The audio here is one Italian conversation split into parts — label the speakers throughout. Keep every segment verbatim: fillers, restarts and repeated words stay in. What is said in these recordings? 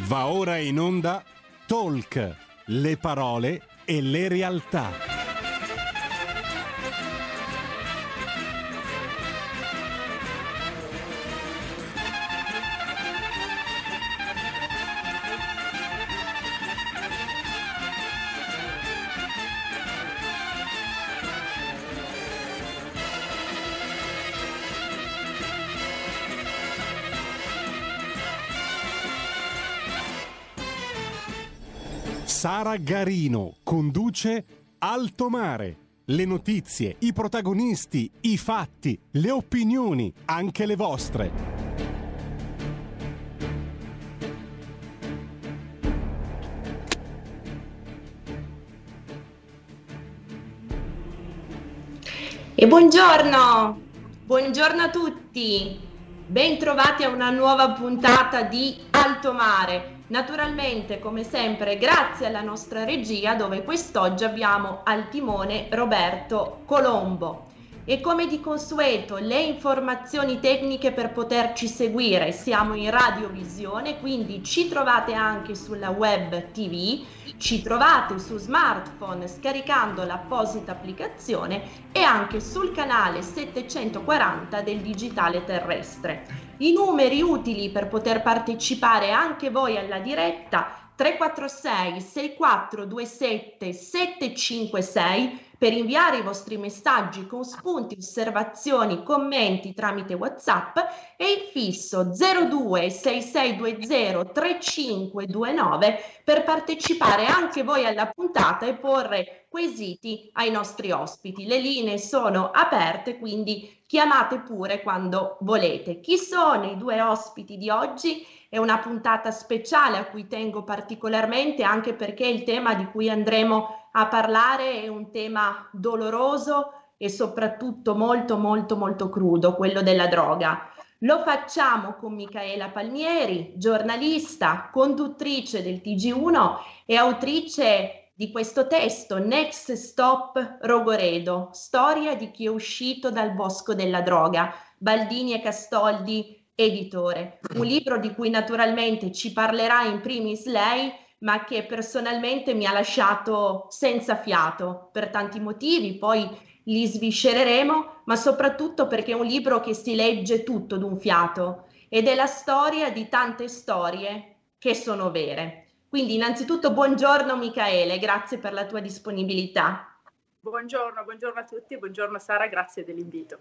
Speaker 1: Va ora in onda Talk, le parole e le realtà. Sara Garino conduce Alto Mare. Le notizie, i protagonisti, i fatti, le opinioni, anche le vostre.
Speaker 2: E buongiorno, buongiorno a tutti. Bentrovati a una nuova puntata di Alto Mare. Naturalmente, come sempre, grazie alla nostra regia, dove quest'oggi abbiamo al timone Roberto Colombo. E come di consueto, le informazioni tecniche per poterci seguire. Siamo in radiovisione, quindi ci trovate anche sulla web tivù, ci trovate su smartphone scaricando l'apposita applicazione e anche sul canale settecentoquaranta del digitale terrestre. I numeri utili per poter partecipare anche voi alla diretta: tre quattro sei sei quattro due sette sette cinque sei per inviare i vostri messaggi con spunti, osservazioni, commenti tramite WhatsApp, e il fisso zero due sei sei due zero tre cinque due nove per partecipare anche voi alla puntata e porre quesiti ai nostri ospiti. Le linee sono aperte, quindi chiamate pure quando volete. Chi sono i due ospiti di oggi? È una puntata speciale a cui tengo particolarmente, anche perché il tema di cui andremo a parlare è un tema doloroso e soprattutto molto molto molto crudo, quello della droga. Lo facciamo con Micaela Palmieri, giornalista, conduttrice del T G uno e autrice di questo testo, Next Stop Rogoredo, storia di chi è uscito dal bosco della droga, Baldini e Castoldi editore. Un libro di cui naturalmente ci parlerà in primis lei, ma che personalmente mi ha lasciato senza fiato per tanti motivi, poi li sviscereremo, ma soprattutto perché è un libro che si legge tutto d'un fiato ed è la storia di tante storie che sono vere. Quindi innanzitutto buongiorno Micaele, grazie per la tua disponibilità.
Speaker 3: Buongiorno, buongiorno a tutti, buongiorno Sara, grazie dell'invito.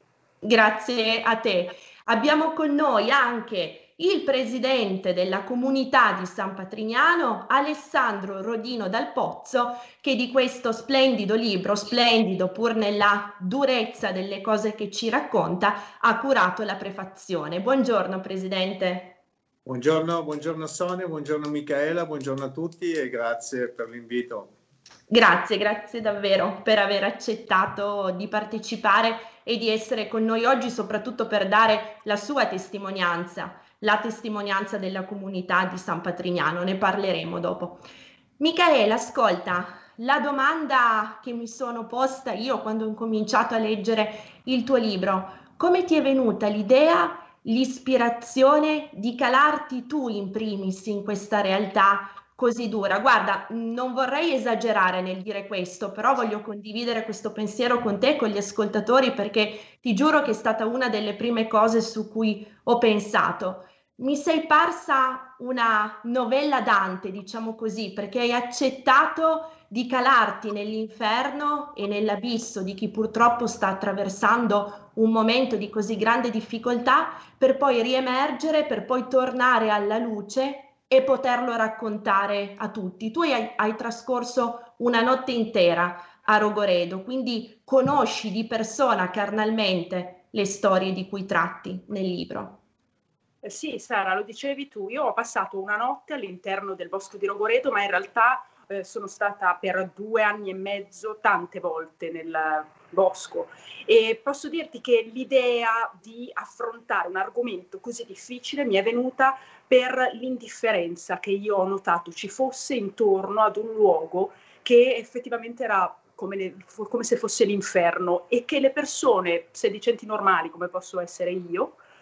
Speaker 2: Grazie a te. Abbiamo con noi anche il presidente della comunità di San Patrignano, Alessandro Rodino Dal Pozzo, che di questo splendido libro, splendido pur nella durezza delle cose che ci racconta, ha curato la prefazione. Buongiorno presidente.
Speaker 4: Buongiorno, buongiorno Sonia, buongiorno Micaela, buongiorno a tutti e grazie per l'invito.
Speaker 2: Grazie, grazie davvero per aver accettato di partecipare e di essere con noi oggi, soprattutto per dare la sua testimonianza, la testimonianza della comunità di San Patrignano. Ne parleremo dopo. Micaela, ascolta, la domanda che mi sono posta io quando ho incominciato a leggere il tuo libro: come ti è venuta l'idea, l'ispirazione di calarti tu in primis in questa realtà così dura? Guarda, non vorrei esagerare nel dire questo, però voglio condividere questo pensiero con te, con gli ascoltatori, perché ti giuro che è stata una delle prime cose su cui ho pensato. Mi sei parsa una novella Dante, diciamo così, perché hai accettato di calarti nell'inferno e nell'abisso di chi purtroppo sta attraversando un momento di così grande difficoltà, per poi riemergere, per poi tornare alla luce e poterlo raccontare a tutti. Tu hai, hai trascorso una notte intera a Rogoredo, quindi conosci di persona, carnalmente, le storie di cui tratti nel libro.
Speaker 3: Eh sì, Sara, lo dicevi tu, io ho passato una notte all'interno del bosco di Rogoredo, ma in realtà eh, sono stata per due anni e mezzo tante volte nel bosco, e posso dirti che l'idea di affrontare un argomento così difficile mi è venuta per l'indifferenza che io ho notato ci fosse intorno ad un luogo che effettivamente era come, le, come se fosse l'inferno, e che le persone sedicenti normali, come posso essere io,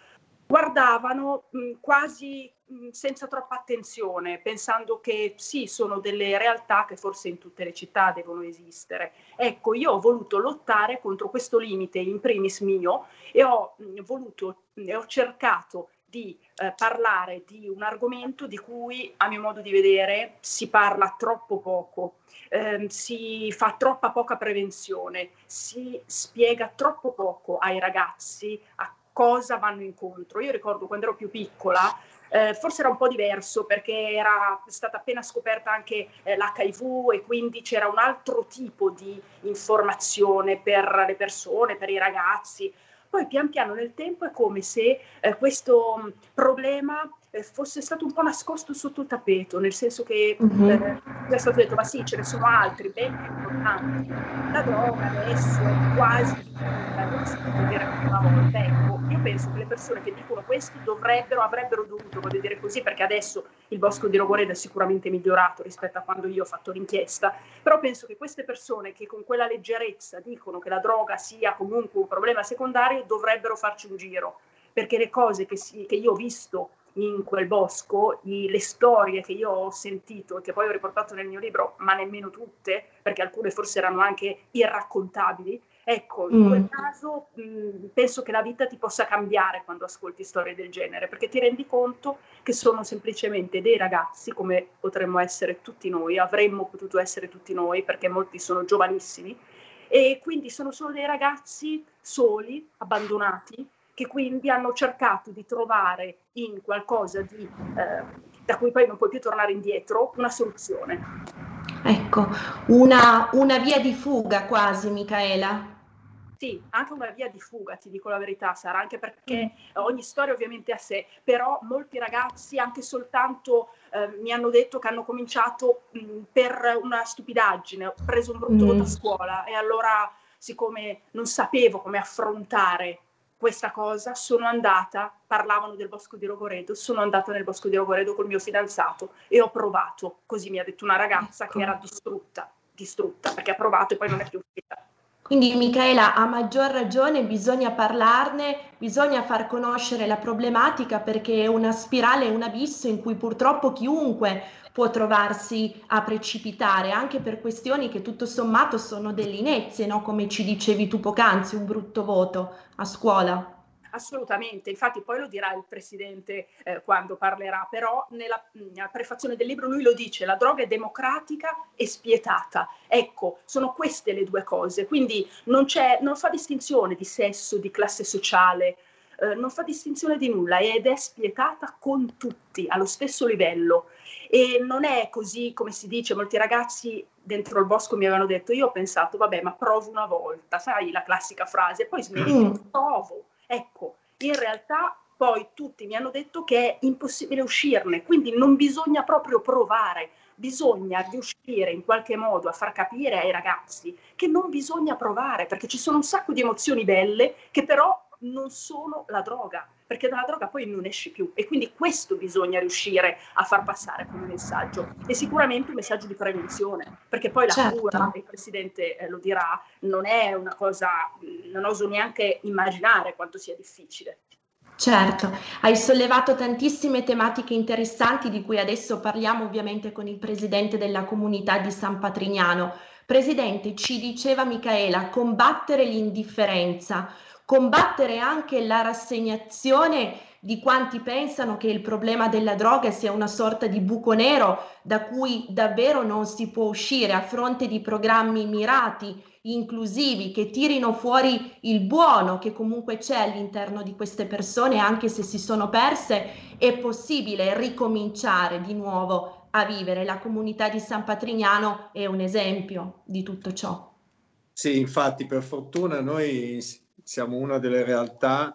Speaker 3: guardavano mh, quasi mh, senza troppa attenzione, pensando che sì, sono delle realtà che forse in tutte le città devono esistere. Ecco, io ho voluto lottare contro questo limite in primis mio e ho mh, voluto e ho cercato di eh, parlare di un argomento di cui, a mio modo di vedere, si parla troppo poco, eh, si fa troppa poca prevenzione, si spiega troppo poco ai ragazzi a cosa vanno incontro. Io ricordo quando ero più piccola, eh, forse era un po' diverso perché era stata appena scoperta anche eh, l'H I V e quindi c'era un altro tipo di informazione per le persone, per i ragazzi. Poi pian piano nel tempo è come se eh, questo mh, problema eh, fosse stato un po' nascosto sotto il tappeto, nel senso che
Speaker 2: Mhm.
Speaker 3: eh, è stato detto ma sì, ce ne sono altri, ben più importanti. La droga adesso è quasi finita, non si può dire come una volta. Ecco, io penso che le persone che dicono questo dovrebbero, avrebbero dovuto, voglio dire così, perché adesso il Bosco di Rogoredo è sicuramente migliorato rispetto a quando io ho fatto l'inchiesta, però penso che queste persone che con quella leggerezza dicono che la droga sia comunque un problema secondario dovrebbero farci un giro, perché le cose che, si, che io ho visto in quel bosco, i, le storie che io ho sentito e che poi ho riportato nel mio libro, ma nemmeno tutte, perché alcune forse erano anche irraccontabili, ecco, in quel
Speaker 2: Mm.
Speaker 3: caso mh, penso che la vita ti possa cambiare quando ascolti storie del genere, perché ti rendi conto che sono semplicemente dei ragazzi, come potremmo essere tutti noi, avremmo potuto essere tutti noi, perché molti sono giovanissimi, e quindi sono solo dei ragazzi soli, abbandonati, che quindi hanno cercato di trovare in qualcosa di, eh, da cui poi non puoi più tornare indietro, una soluzione.
Speaker 2: Ecco, una, una via di fuga quasi, Micaela.
Speaker 3: Sì, anche una via di fuga, ti dico la verità, Sara, anche perché ogni storia ovviamente ha sé, però molti ragazzi anche soltanto eh, mi hanno detto che hanno cominciato mh, per una stupidaggine, ho preso un brutto voto a scuola e allora, siccome non sapevo come affrontare questa cosa, sono andata, parlavano del Bosco di Rogoredo, sono andata nel Bosco di Rogoredo col mio fidanzato e ho provato, così mi ha detto una ragazza
Speaker 2: Ecco.
Speaker 3: che era distrutta, distrutta, perché ha provato e poi non è più uscita.
Speaker 2: Quindi Micaela, a maggior ragione bisogna parlarne, bisogna far conoscere la problematica perché è una spirale, un abisso in cui purtroppo chiunque può trovarsi a precipitare, anche per questioni che tutto sommato sono delle inezie, no? Come ci dicevi tu poc'anzi, un brutto voto a scuola.
Speaker 3: Assolutamente, infatti poi lo dirà il presidente eh, quando parlerà, però nella, nella prefazione del libro lui lo dice, la droga è democratica e spietata. Ecco, sono queste le due cose, quindi non, c'è, non fa distinzione di sesso, di classe sociale, eh, non fa distinzione di nulla ed è spietata con tutti, allo stesso livello. E non è così come si dice, molti ragazzi dentro il bosco mi avevano detto, io ho pensato, vabbè, ma provo una volta, sai la classica frase, poi smetti,
Speaker 2: Mm.
Speaker 3: provo. Ecco, in realtà poi tutti mi hanno detto che è impossibile uscirne, quindi non bisogna proprio provare, bisogna riuscire in qualche modo a far capire ai ragazzi che non bisogna provare, perché ci sono un sacco di emozioni belle che però non sono la droga, perché dalla droga poi non esci più e quindi questo bisogna riuscire a far passare come messaggio e sicuramente un messaggio di prevenzione, perché poi la
Speaker 2: Certo.
Speaker 3: cura, il Presidente eh, lo dirà, non è una cosa, non oso neanche immaginare quanto sia difficile.
Speaker 2: Certo, hai sollevato tantissime tematiche interessanti di cui adesso parliamo ovviamente con il presidente della comunità di San Patrignano. Presidente, ci diceva Micaela, combattere l'indifferenza, combattere anche la rassegnazione di quanti pensano che il problema della droga sia una sorta di buco nero da cui davvero non si può uscire a fronte di programmi mirati, inclusivi, che tirino fuori il buono che comunque c'è all'interno di queste persone, anche se si sono perse, è possibile ricominciare di nuovo a vivere. La comunità di San Patrignano è un esempio di tutto ciò.
Speaker 4: Sì, infatti per fortuna noi siamo una delle realtà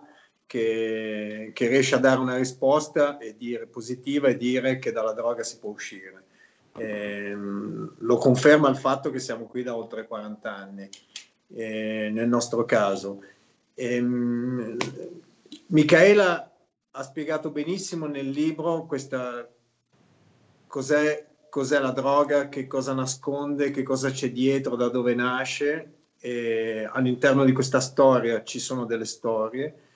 Speaker 4: che, che riesce a dare una risposta e dire, positiva e dire che dalla droga si può uscire. Eh, lo conferma il fatto che siamo qui da oltre quaranta anni, eh, nel nostro caso. Eh, Micaela ha spiegato benissimo nel libro questa, cos'è, cos'è la droga, che cosa nasconde, che cosa c'è dietro, da dove nasce. Eh, all'interno di questa storia ci sono delle storie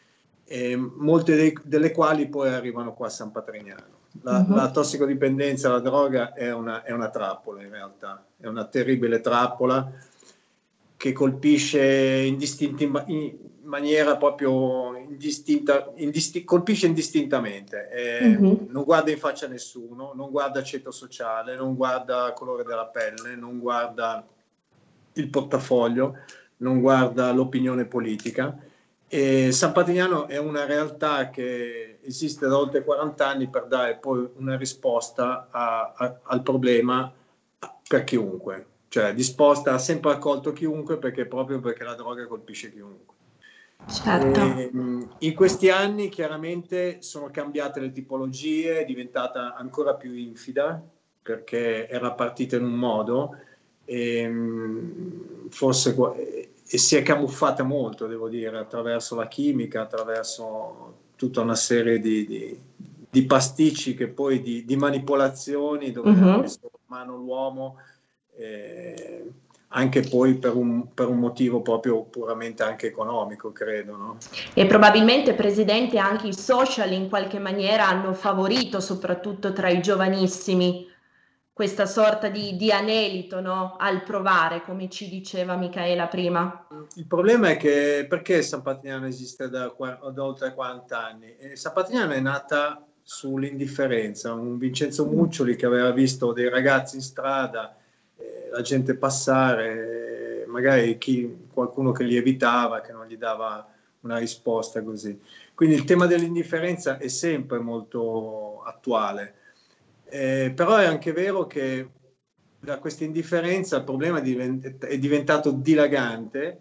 Speaker 4: e molte dei, delle quali poi arrivano qua a San Patrignano. La, uh-huh. la tossicodipendenza, la droga è una, è una trappola in realtà, è una terribile trappola che colpisce indistinti, in maniera proprio indistinta, indisti, colpisce indistintamente, eh, uh-huh. non guarda in faccia a nessuno, non guarda ceto sociale, non guarda colore della pelle, non guarda il portafoglio, non guarda l'opinione politica. E San Patrignano è una realtà che esiste da oltre quaranta anni per dare poi una risposta a, a, al problema per chiunque, cioè disposta, ha sempre accolto chiunque, perché proprio perché la droga colpisce chiunque.
Speaker 2: Certo.
Speaker 4: E, in questi anni chiaramente sono cambiate le tipologie, è diventata ancora più infida perché era partita in un modo e forse e si è camuffata molto, devo dire, attraverso la chimica, attraverso tutta una serie di, di, di pasticci che poi di, di manipolazioni dove uh-huh. ha messo in mano l'uomo, eh, anche poi per un, per un motivo proprio puramente anche economico, credo, no?
Speaker 2: E probabilmente, Presidente, anche i social in qualche maniera hanno favorito, soprattutto tra i giovanissimi, questa sorta di, di anelito, no? Al provare, come ci diceva Micaela prima.
Speaker 4: Il problema è che perché San Patrignano esiste da, da oltre quaranta anni? E San Patrignano è nata sull'indifferenza, un Vincenzo Muccioli che aveva visto dei ragazzi in strada, eh, la gente passare, eh, magari chi, qualcuno che li evitava, che non gli dava una risposta così. Quindi il tema dell'indifferenza è sempre molto attuale. Eh, però è anche vero che da questa indifferenza il problema è, divent- è diventato dilagante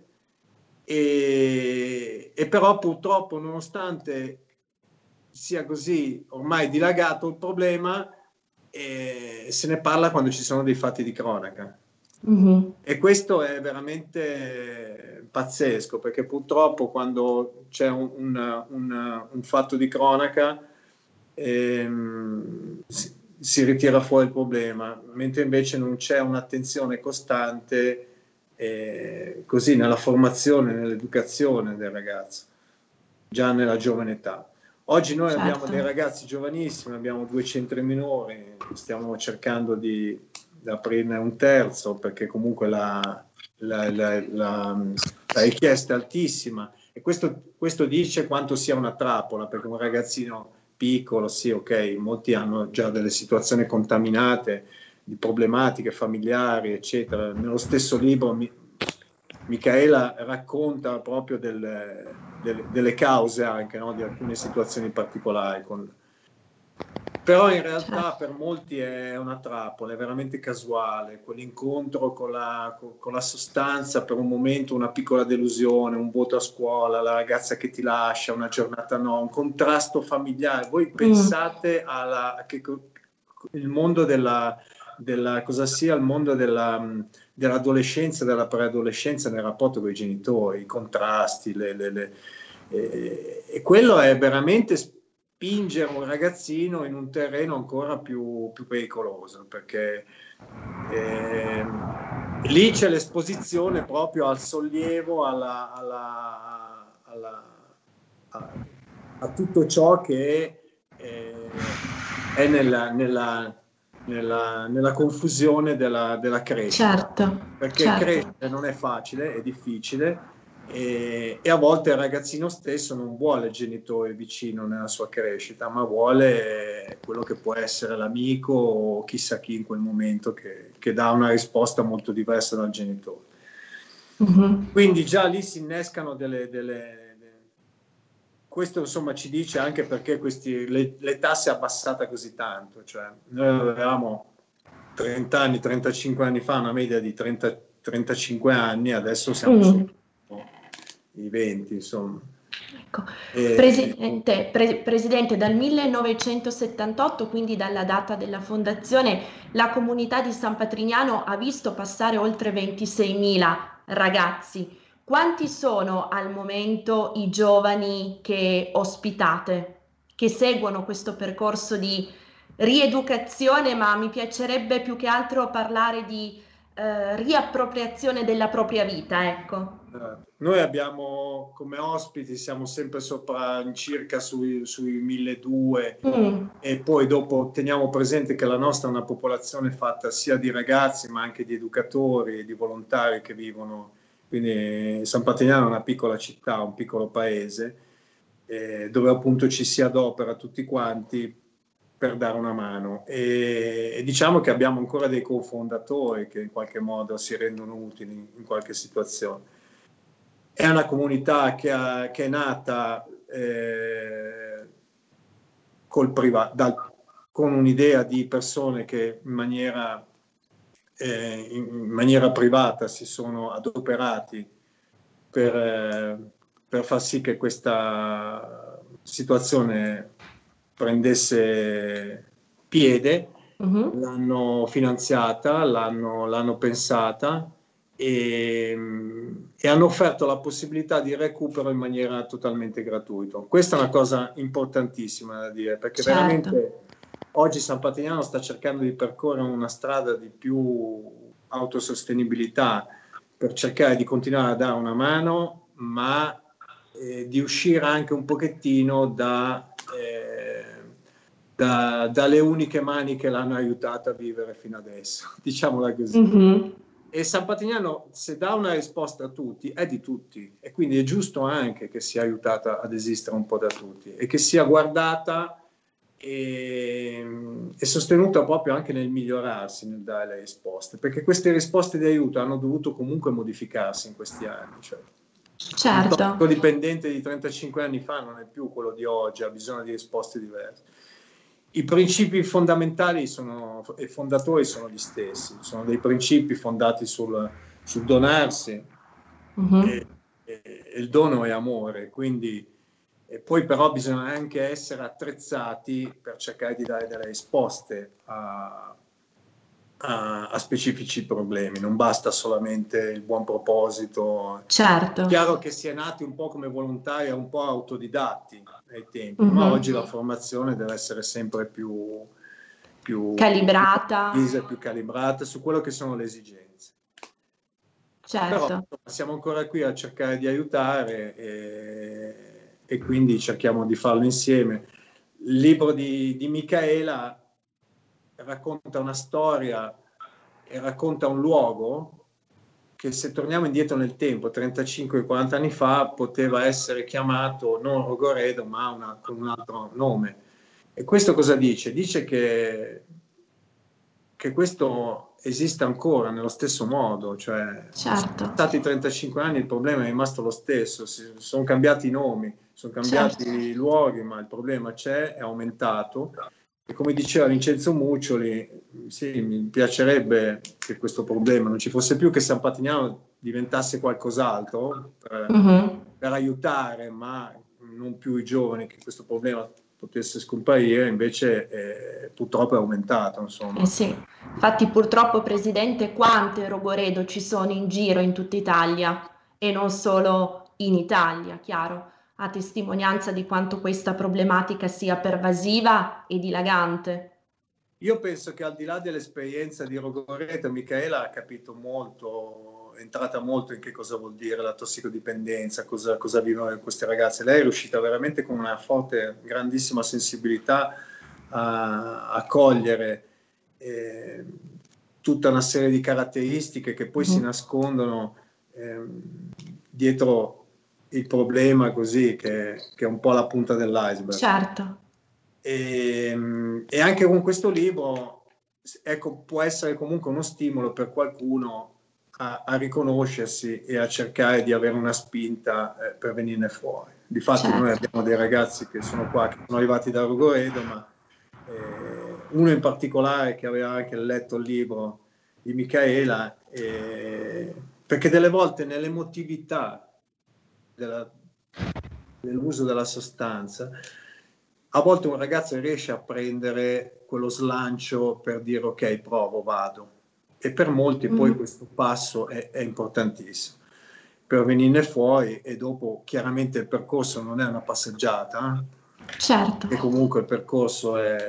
Speaker 4: e, e però purtroppo, nonostante sia così ormai dilagato il problema, eh, se ne parla quando ci sono dei fatti di cronaca. Mm-hmm. E questo è veramente pazzesco, perché purtroppo quando c'è un, un, un, un fatto di cronaca ehm, si, si ritira fuori il problema, mentre invece non c'è un'attenzione costante eh, così nella formazione, nell'educazione del ragazzo, già nella giovane età. Oggi noi certo. abbiamo dei ragazzi giovanissimi, abbiamo due centri minori, stiamo cercando di, di aprirne un terzo, perché comunque la, la, la, la, la richiesta è altissima, e questo, questo dice quanto sia una trappola, perché un ragazzino piccolo, sì, ok, molti hanno già delle situazioni contaminate, di problematiche familiari, eccetera. Nello stesso libro mi, Micaela racconta proprio del, del, delle cause anche, no? Di alcune situazioni particolari. Con... Però in realtà per molti è una trappola, è veramente casuale, quell'incontro con la, con, con la sostanza, per un momento una piccola delusione, un voto a scuola, la ragazza che ti lascia, una giornata no, un contrasto familiare. Voi pensate mm. alla, che il mondo della, della, cosa sia il mondo della, dell'adolescenza, della preadolescenza nel rapporto con i genitori, i contrasti, le, le, le, e, e quello è veramente spingere un ragazzino in un terreno ancora più, più pericoloso, perché eh, lì c'è l'esposizione proprio al sollievo, alla, alla, alla, a, a tutto ciò che eh, è nella, nella, nella, nella confusione della, della crescita.
Speaker 2: Certo,
Speaker 4: perché
Speaker 2: certo.
Speaker 4: crescere non è facile, è difficile. E, e a volte il ragazzino stesso non vuole il genitore vicino nella sua crescita, ma vuole quello che può essere l'amico o chissà chi in quel momento che, che dà una risposta molto diversa dal genitore. Mm-hmm. Quindi già lì si innescano delle, delle, delle... Questo insomma ci dice anche perché questi, le, l'età si è abbassata così tanto, cioè noi avevamo trenta anni, trentacinque anni fa una media di trenta, trentacinque anni, adesso siamo mm. su i venti, insomma.
Speaker 2: Ecco. E... Presidente, pre- Presidente, dal millenovecentosettantotto, quindi dalla data della fondazione, la comunità di San Patrignano ha visto passare oltre ventiseimila ragazzi. Quanti sono al momento i giovani che ospitate, che seguono questo percorso di rieducazione, ma mi piacerebbe più che altro parlare di eh, riappropriazione della propria vita, ecco?
Speaker 4: Noi abbiamo come ospiti, siamo sempre sopra in circa sui, sui milleduecento mm. e poi dopo teniamo presente che la nostra è una popolazione fatta sia di ragazzi ma anche di educatori e di volontari che vivono, quindi San Patrignano è una piccola città, un piccolo paese eh, dove appunto ci si adopera tutti quanti per dare una mano e, e diciamo che abbiamo ancora dei cofondatori che in qualche modo si rendono utili in, in qualche situazione. È una comunità che, ha, che è nata eh, col priva- dal, con un'idea di persone che in maniera, eh, in maniera privata si sono adoperati per, eh, per far sì che questa situazione prendesse piede, uh-huh. L'hanno finanziata, l'hanno, l'hanno pensata e, e hanno offerto la possibilità di recupero in maniera totalmente gratuita. Questa è una cosa importantissima da dire, perché certo. veramente oggi San Patrignano sta cercando di percorrere una strada di più autosostenibilità per cercare di continuare a dare una mano, ma eh, di uscire anche un pochettino da, eh, da, dalle uniche mani che l'hanno aiutata a vivere fino adesso, diciamola così. Mm-hmm. E San Patrignano, se dà una risposta a tutti, è di tutti, e quindi è giusto anche che sia aiutata ad esistere un po' da tutti e che sia guardata e, e sostenuta proprio anche nel migliorarsi, nel dare le risposte, perché queste risposte di aiuto hanno dovuto comunque modificarsi in questi anni. Cioè,
Speaker 2: certo.
Speaker 4: il tossicodipendente di trentacinque anni fa non è più quello di oggi, ha bisogno di risposte diverse. I principi fondamentali sono, e fondatori sono gli stessi, sono dei principi fondati sul, sul donarsi, uh-huh. e, e, e il dono è amore, quindi e poi però bisogna anche essere attrezzati per cercare di dare delle risposte a, a, a specifici problemi, non basta solamente il buon proposito.
Speaker 2: Certo.
Speaker 4: È chiaro che si è nati un po' come volontari, un po' autodidatti ai tempi, uh-huh. ma oggi la formazione deve essere sempre più, più
Speaker 2: calibrata,
Speaker 4: più, più calibrata su quello che sono le esigenze.
Speaker 2: Certo.
Speaker 4: Però siamo ancora qui a cercare di aiutare e, e quindi cerchiamo di farlo insieme. Il libro di, di Micaela racconta una storia e racconta un luogo che, se torniamo indietro nel tempo, trentacinque quaranta anni fa, poteva essere chiamato non Rogoredo ma una, con un altro nome. E questo cosa dice? Dice che, che questo esiste ancora nello stesso modo, cioè
Speaker 2: certo.
Speaker 4: sono stati trentacinque anni, il problema è rimasto lo stesso, si, sono cambiati i nomi, sono cambiati certo. i luoghi, ma il problema c'è, è aumentato. E come diceva Vincenzo Muccioli, sì, mi piacerebbe che questo problema non ci fosse più, che San Patrignano diventasse qualcos'altro per, uh-huh. per aiutare, ma non più i giovani, che questo problema potesse scomparire, invece eh, purtroppo è aumentato. Insomma.
Speaker 2: Eh sì. Infatti purtroppo, Presidente, quante Rogoredo ci sono in giro in tutta Italia e non solo in Italia, chiaro, a testimonianza di quanto questa problematica sia pervasiva e dilagante.
Speaker 4: Io penso che al di là dell'esperienza di Rogoredo, Micaela ha capito molto, è entrata molto in che cosa vuol dire la tossicodipendenza, cosa, cosa vivono queste ragazze. Lei è riuscita veramente con una forte, grandissima sensibilità a, a cogliere eh, tutta una serie di caratteristiche che poi mm. si nascondono eh, dietro il problema, così, che, che è un po' la punta dell'iceberg.
Speaker 2: Certo.
Speaker 4: E, e anche con questo libro, ecco, può essere comunque uno stimolo per qualcuno a, a riconoscersi e a cercare di avere una spinta eh, per venirne fuori. Difatti certo. Noi abbiamo dei ragazzi che sono qua, che sono arrivati da Rogoredo, ma eh, uno in particolare che aveva anche letto il libro di Micaela, eh, perché delle volte nell'emotività della, dell'uso della sostanza, a volte un ragazzo riesce a prendere quello slancio per dire ok, provo, vado, e per molti poi mm. questo passo è, è importantissimo per venirne fuori, e dopo chiaramente il percorso non è una passeggiata,
Speaker 2: certo,
Speaker 4: e comunque il percorso è,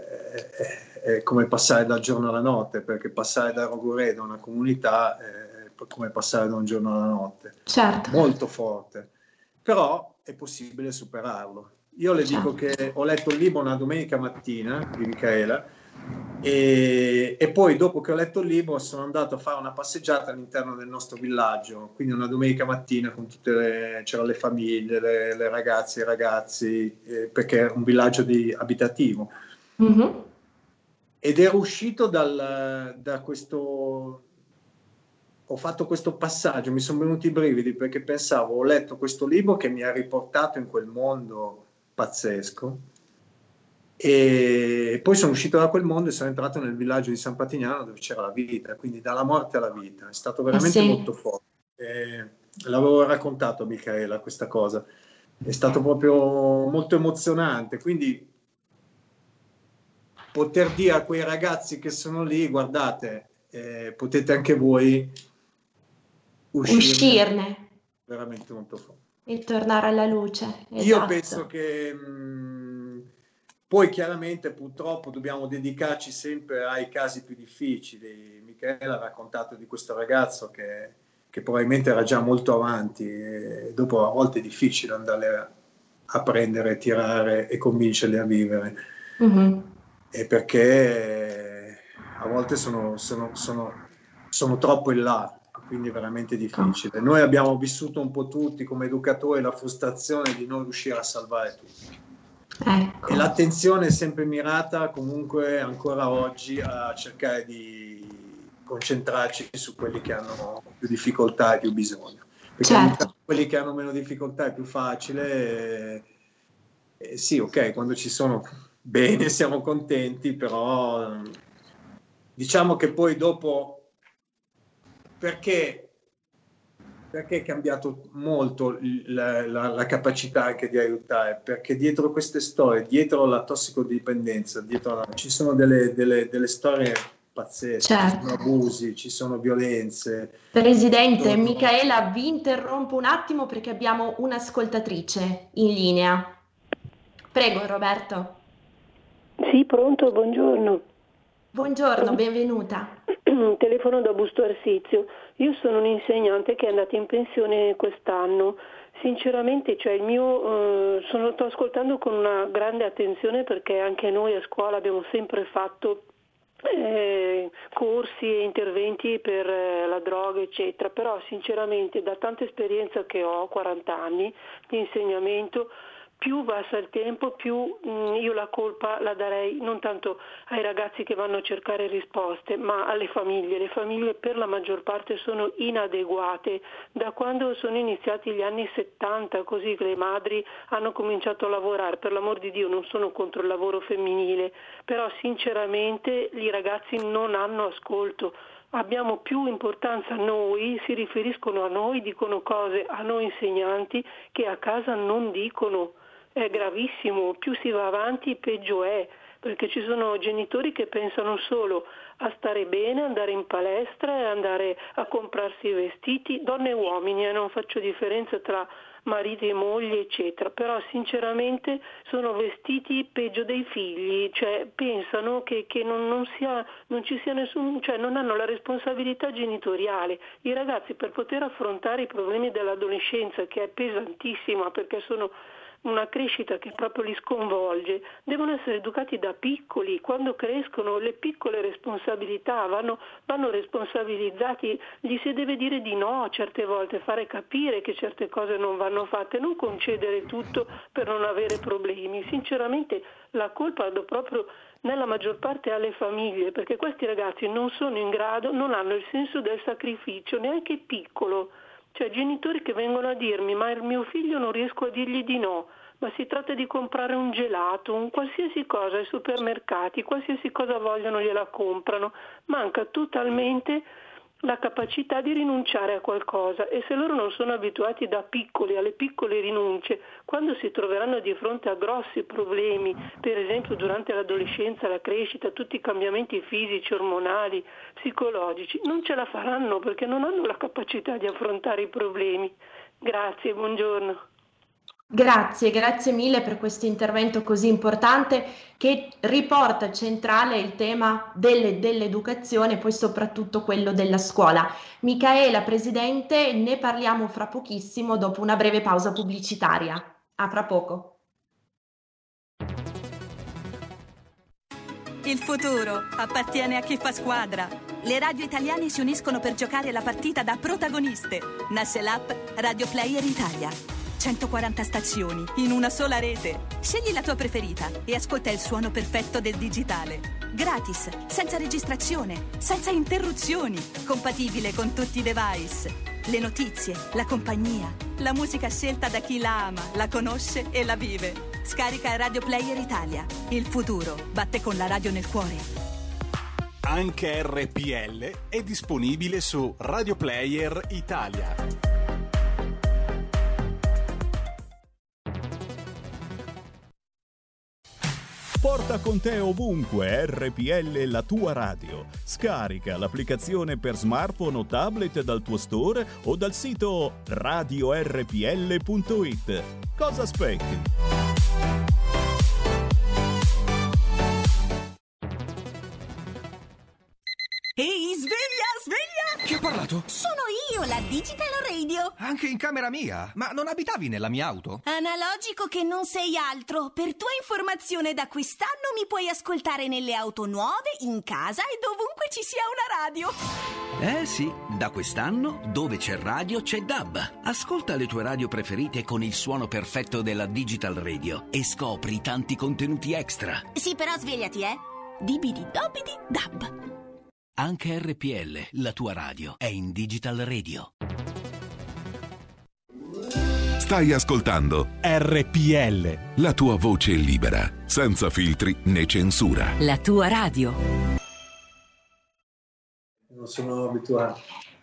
Speaker 4: è, è come passare dal giorno alla notte, perché passare da Rogoredo a una comunità eh, come passare da un giorno alla notte,
Speaker 2: certo.
Speaker 4: molto forte, però è possibile superarlo. Io le
Speaker 2: certo.
Speaker 4: dico che ho letto il libro una domenica mattina di Micaela e, e poi dopo che ho letto il libro sono andato a fare una passeggiata all'interno del nostro villaggio, quindi una domenica mattina con tutte le, c'erano le famiglie, le, le ragazze, i ragazzi, eh, perché è un villaggio di, abitativo. Mm-hmm. Ed ero uscito dal, da questo, ho fatto questo passaggio, mi sono venuti i brividi perché pensavo, ho letto questo libro che mi ha riportato in quel mondo pazzesco e poi sono uscito da quel mondo e sono entrato nel villaggio di San Patignano dove c'era la vita, quindi dalla morte alla vita, è stato veramente eh sì. molto forte. E l'avevo raccontato a Micaela questa cosa, è stato proprio molto emozionante, quindi poter dire a quei ragazzi che sono lì, guardate, eh, potete anche voi uscirne, uscirne. Veramente molto forte.
Speaker 2: E tornare alla luce. Esatto.
Speaker 4: Io penso che mh, poi chiaramente purtroppo dobbiamo dedicarci sempre ai casi più difficili. Michela ha raccontato di questo ragazzo che, che probabilmente era già molto avanti e dopo a volte è difficile andare a, a prendere, tirare e convincerli a vivere. Mm-hmm. E perché a volte sono, sono, sono, sono troppo in là, quindi è veramente difficile. Noi abbiamo vissuto un po' tutti come educatori la frustrazione di non riuscire a salvare tutti. Ecco. E l'attenzione è sempre mirata comunque ancora oggi a cercare di concentrarci su quelli che hanno più difficoltà e più bisogno. Perché certo. quelli che hanno meno difficoltà è più facile. E, e sì, ok, quando ci sono... bene, siamo contenti, però diciamo che poi dopo, perché, perché è cambiato molto la, la, la capacità anche di aiutare? Perché dietro queste storie, dietro la tossicodipendenza, dietro la, ci sono delle, delle, delle storie pazzesche, certo. Ci sono abusi, ci sono violenze.
Speaker 2: Presidente, sono... Micaela, vi interrompo un attimo perché abbiamo un'ascoltatrice in linea. Prego, Roberto.
Speaker 5: Sì, pronto, buongiorno.
Speaker 2: Buongiorno, benvenuta.
Speaker 5: Telefono da Busto Arsizio. Io sono un insegnante che è andato in pensione quest'anno. Sinceramente, cioè il mio, eh, sono, sto ascoltando con una grande attenzione perché anche noi a scuola abbiamo sempre fatto eh, corsi e interventi per eh, la droga, eccetera. Però sinceramente, da tanta esperienza che ho, quaranta anni di insegnamento, più passa il tempo, più mh, io la colpa la darei non tanto ai ragazzi che vanno a cercare risposte, ma alle famiglie. Le famiglie per la maggior parte sono inadeguate. Da quando sono iniziati gli anni settanta, così che le madri hanno cominciato a lavorare, per l'amor di Dio non sono contro il lavoro femminile, però sinceramente i ragazzi non hanno ascolto. Abbiamo più importanza a noi, si riferiscono a noi, dicono cose a noi insegnanti che a casa non dicono. È gravissimo, più si va avanti peggio è, perché ci sono genitori che pensano solo a stare bene, andare in palestra e andare a comprarsi i vestiti, donne e uomini, e eh, non faccio differenza tra mariti e mogli, eccetera, però sinceramente sono vestiti peggio dei figli, cioè pensano che, che non, non, sia, non ci sia nessun, cioè non hanno la responsabilità genitoriale. I ragazzi per poter affrontare i problemi dell'adolescenza, che è pesantissima perché sono una crescita che proprio li sconvolge, devono essere educati da piccoli. Quando crescono le piccole responsabilità vanno, vanno responsabilizzati, gli si deve dire di no certe volte, fare capire che certe cose non vanno fatte, non concedere tutto per non avere problemi. Sinceramente la colpa la do proprio nella maggior parte alle famiglie, perché questi ragazzi non sono in grado, non hanno il senso del sacrificio, neanche piccolo. Cioè genitori che vengono a dirmi ma il mio figlio non riesco a dirgli di no, ma si tratta di comprare un gelato, un qualsiasi cosa ai supermercati, qualsiasi cosa vogliono gliela comprano, manca totalmente la capacità di rinunciare a qualcosa, e se loro non sono abituati da piccoli alle piccole rinunce, quando si troveranno di fronte a grossi problemi, per esempio durante l'adolescenza, la crescita, tutti i cambiamenti fisici, ormonali, psicologici, non ce la faranno perché non hanno la capacità di affrontare i problemi. Grazie, buongiorno.
Speaker 2: Grazie, grazie mille per questo intervento così importante che riporta centrale il tema delle, dell'educazione e poi soprattutto quello della scuola. Micaela, Presidente, ne parliamo fra pochissimo dopo una breve pausa pubblicitaria. A fra poco.
Speaker 6: Il futuro appartiene a chi fa squadra. Le radio italiane si uniscono per giocare la partita da protagoniste. Nasce l'app Radio Player Italia. centoquaranta stazioni in una sola rete. Scegli la tua preferita e ascolta il suono perfetto del digitale. Gratis, senza registrazione, senza interruzioni, compatibile con tutti i device. Le notizie, la compagnia, la musica scelta da chi la ama, la conosce e la vive. Scarica Radio Player Italia. Il futuro batte con la radio nel cuore.
Speaker 1: Anche R P L è disponibile su Radio Player Italia.
Speaker 7: Porta con te ovunque R P L, la tua radio. Scarica l'applicazione per smartphone o tablet dal tuo store o dal sito radio r p l punto i t. Cosa aspetti?
Speaker 8: Ehi, sveglia, sveglia!
Speaker 9: Chi ha parlato?
Speaker 8: Sono io, la Digital Radio.
Speaker 9: Anche in camera mia? Ma non abitavi nella mia auto?
Speaker 8: Analogico che non sei altro. Per tua informazione, da quest'anno mi puoi ascoltare nelle auto nuove, in casa e dovunque ci sia una radio.
Speaker 10: Eh sì, da quest'anno dove c'è radio c'è D A B. Ascolta le tue radio preferite con il suono perfetto della Digital Radio e scopri tanti contenuti extra.
Speaker 8: Sì, però svegliati, eh. Dibidi dobidi D A B.
Speaker 10: Anche R P L, la tua radio, è in Digital Radio.
Speaker 11: Stai ascoltando
Speaker 1: R P L,
Speaker 11: la tua voce libera, senza filtri né censura.
Speaker 12: La tua radio.
Speaker 4: Non sono abituato.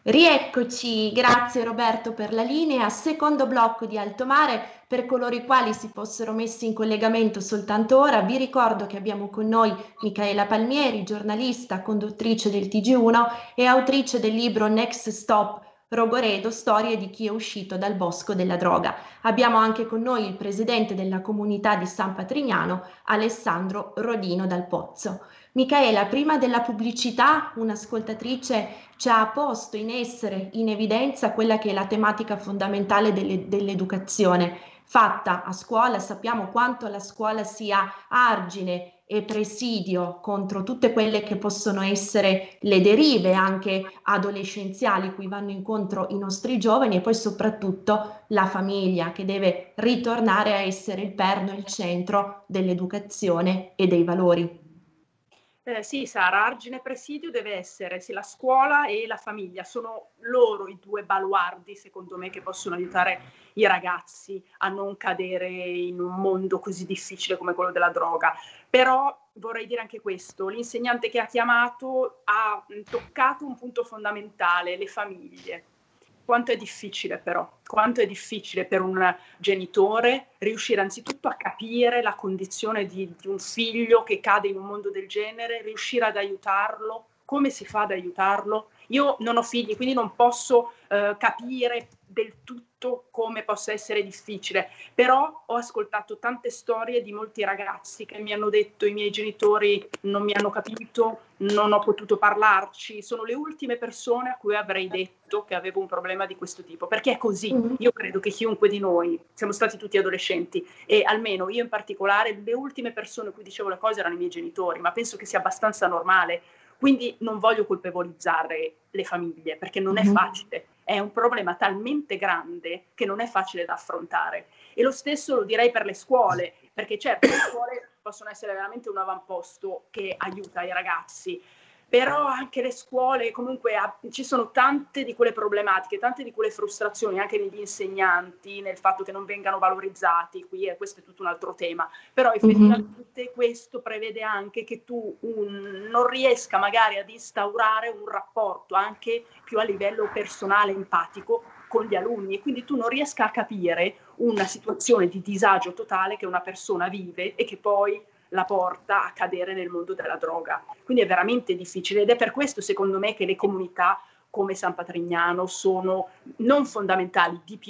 Speaker 2: Rieccoci, grazie Roberto per la linea. Secondo blocco di Alto Mare. Per coloro i quali si fossero messi in collegamento soltanto ora, vi ricordo che abbiamo con noi Micaela Palmieri, giornalista, conduttrice del T G uno e autrice del libro Next Stop Rogoredo, storie di chi è uscito dal bosco della droga. Abbiamo anche con noi il presidente della comunità di San Patrignano, Alessandro Rodino Dal Pozzo. Micaela, prima della pubblicità un'ascoltatrice ci ha posto in essere, in evidenza, quella che è la tematica fondamentale delle, dell'educazione fatta a scuola. Sappiamo quanto la scuola sia argine e presidio contro tutte quelle che possono essere le derive anche adolescenziali cui vanno incontro i nostri giovani, e poi soprattutto la famiglia che deve ritornare a essere il perno, il centro dell'educazione e dei valori.
Speaker 3: Eh, sì, Sara, argine e presidio deve essere sì, la scuola e la famiglia, sono loro i due baluardi, secondo me, che possono aiutare i ragazzi a non cadere in un mondo così difficile come quello della droga. Però vorrei dire anche questo, l'insegnante che ha chiamato ha toccato un punto fondamentale, le famiglie. Quanto è difficile però, quanto è difficile per un genitore riuscire anzitutto a capire la condizione di, di un figlio che cade in un mondo del genere, riuscire ad aiutarlo, come si fa ad aiutarlo? Io non ho figli, quindi non posso eh, capire del tutto come possa essere difficile, però ho ascoltato tante storie di molti ragazzi che mi hanno detto: i miei genitori non mi hanno capito, non ho potuto parlarci, sono le ultime persone a cui avrei detto che avevo un problema di questo tipo, perché è così. Io credo che chiunque di noi, siamo stati tutti adolescenti e almeno io in particolare, le ultime persone a cui dicevo le cose erano i miei genitori, ma penso che sia abbastanza normale. Quindi non voglio colpevolizzare le famiglie, perché non è facile, è un problema talmente grande che non è facile da affrontare. E lo stesso lo direi per le scuole, perché certo le scuole possono essere veramente un avamposto che aiuta i ragazzi, però anche le scuole, comunque a, ci sono tante di quelle problematiche, tante di quelle frustrazioni anche negli insegnanti, nel fatto che non vengano valorizzati, qui è, questo è tutto un altro tema, però effettivamente mm-hmm. questo prevede anche che tu un, non riesca magari ad instaurare un rapporto anche più a livello personale, empatico con gli alunni, e quindi tu non riesca a capire una situazione di disagio totale che una persona vive e che poi la porta a cadere nel mondo della droga. Quindi è veramente difficile, ed è per questo secondo me che le comunità come San Patrignano sono non fondamentali, di più,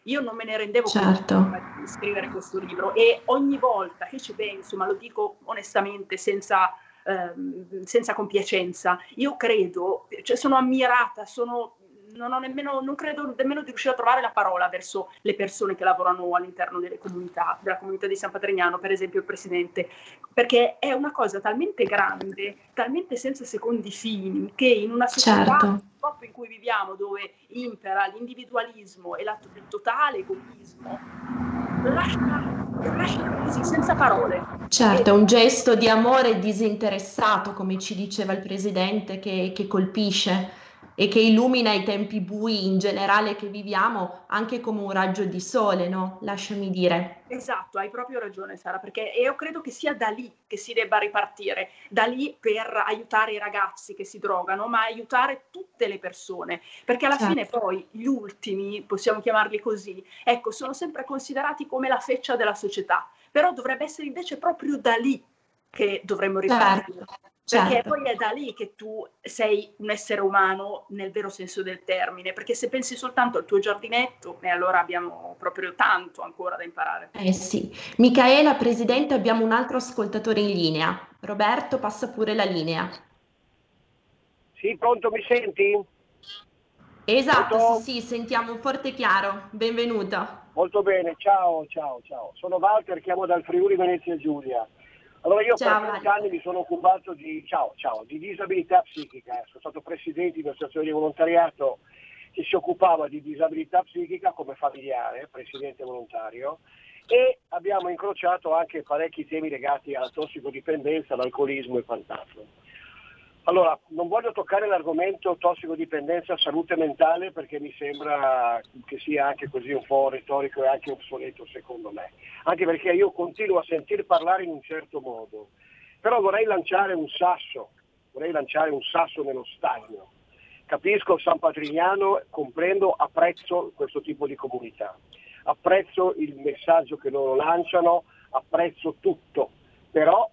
Speaker 3: Io non me ne rendevo
Speaker 2: certo.
Speaker 3: conto di scrivere questo libro, e ogni volta che ci penso, ma lo dico onestamente senza, ehm, senza compiacenza, io credo, cioè sono ammirata, sono, non, ho nemmeno, non credo nemmeno di riuscire a trovare la parola verso le persone che lavorano all'interno delle comunità, della comunità di San Patrignano, per esempio il presidente, perché è una cosa talmente grande, talmente senza secondi fini, che in una società
Speaker 2: Certo.
Speaker 3: purtroppo in cui viviamo, dove impera l'individualismo e la, il totale egoismo, lascia, lascia così, senza parole.
Speaker 2: Certo, è
Speaker 3: E-
Speaker 2: un gesto di amore disinteressato, come ci diceva il presidente, che, che colpisce e che illumina i tempi bui in generale che viviamo, anche come un raggio di sole, no? Lasciami dire.
Speaker 3: Esatto, hai proprio ragione Sara, perché io credo che sia da lì che si debba ripartire, da lì per aiutare i ragazzi che si drogano, ma aiutare tutte le persone, perché alla
Speaker 2: Certo.
Speaker 3: fine poi gli ultimi, possiamo chiamarli così, ecco, sono sempre considerati come la feccia della società, però dovrebbe essere invece proprio da lì che dovremmo ripartire.
Speaker 2: Certo,
Speaker 3: Perché
Speaker 2: certo.
Speaker 3: poi è da lì che tu sei un essere umano nel vero senso del termine, perché se pensi soltanto al tuo giardinetto, e allora abbiamo proprio tanto ancora da imparare.
Speaker 2: Eh sì. Micaela, presidente, abbiamo un altro ascoltatore in linea. Roberto, passa pure la linea.
Speaker 12: Sì, pronto, mi senti?
Speaker 2: Esatto,
Speaker 12: Pronto?
Speaker 2: sì, sì, sentiamo forte e chiaro. Benvenuto.
Speaker 12: Molto bene, ciao, ciao, ciao. Sono Walter, chiamo dal Friuli Venezia Giulia. Allora io
Speaker 2: Ciao,
Speaker 12: per trenta
Speaker 2: Walter.
Speaker 12: anni mi sono occupato di, ciao, ciao, di disabilità psichica. Sono stato presidente di un'associazione di volontariato che si occupava di disabilità psichica come familiare, presidente volontario, e abbiamo incrociato anche parecchi temi legati alla tossicodipendenza, all'alcolismo e quant'altro. Allora, non voglio toccare l'argomento tossicodipendenza, salute mentale, perché mi sembra che sia anche così un po' retorico e anche obsoleto secondo me, anche perché io continuo a sentir parlare in un certo modo, però vorrei lanciare un sasso, vorrei lanciare un sasso nello stagno. Capisco San Patrignano, comprendo, apprezzo questo tipo di comunità, apprezzo il messaggio che loro lanciano, apprezzo tutto, però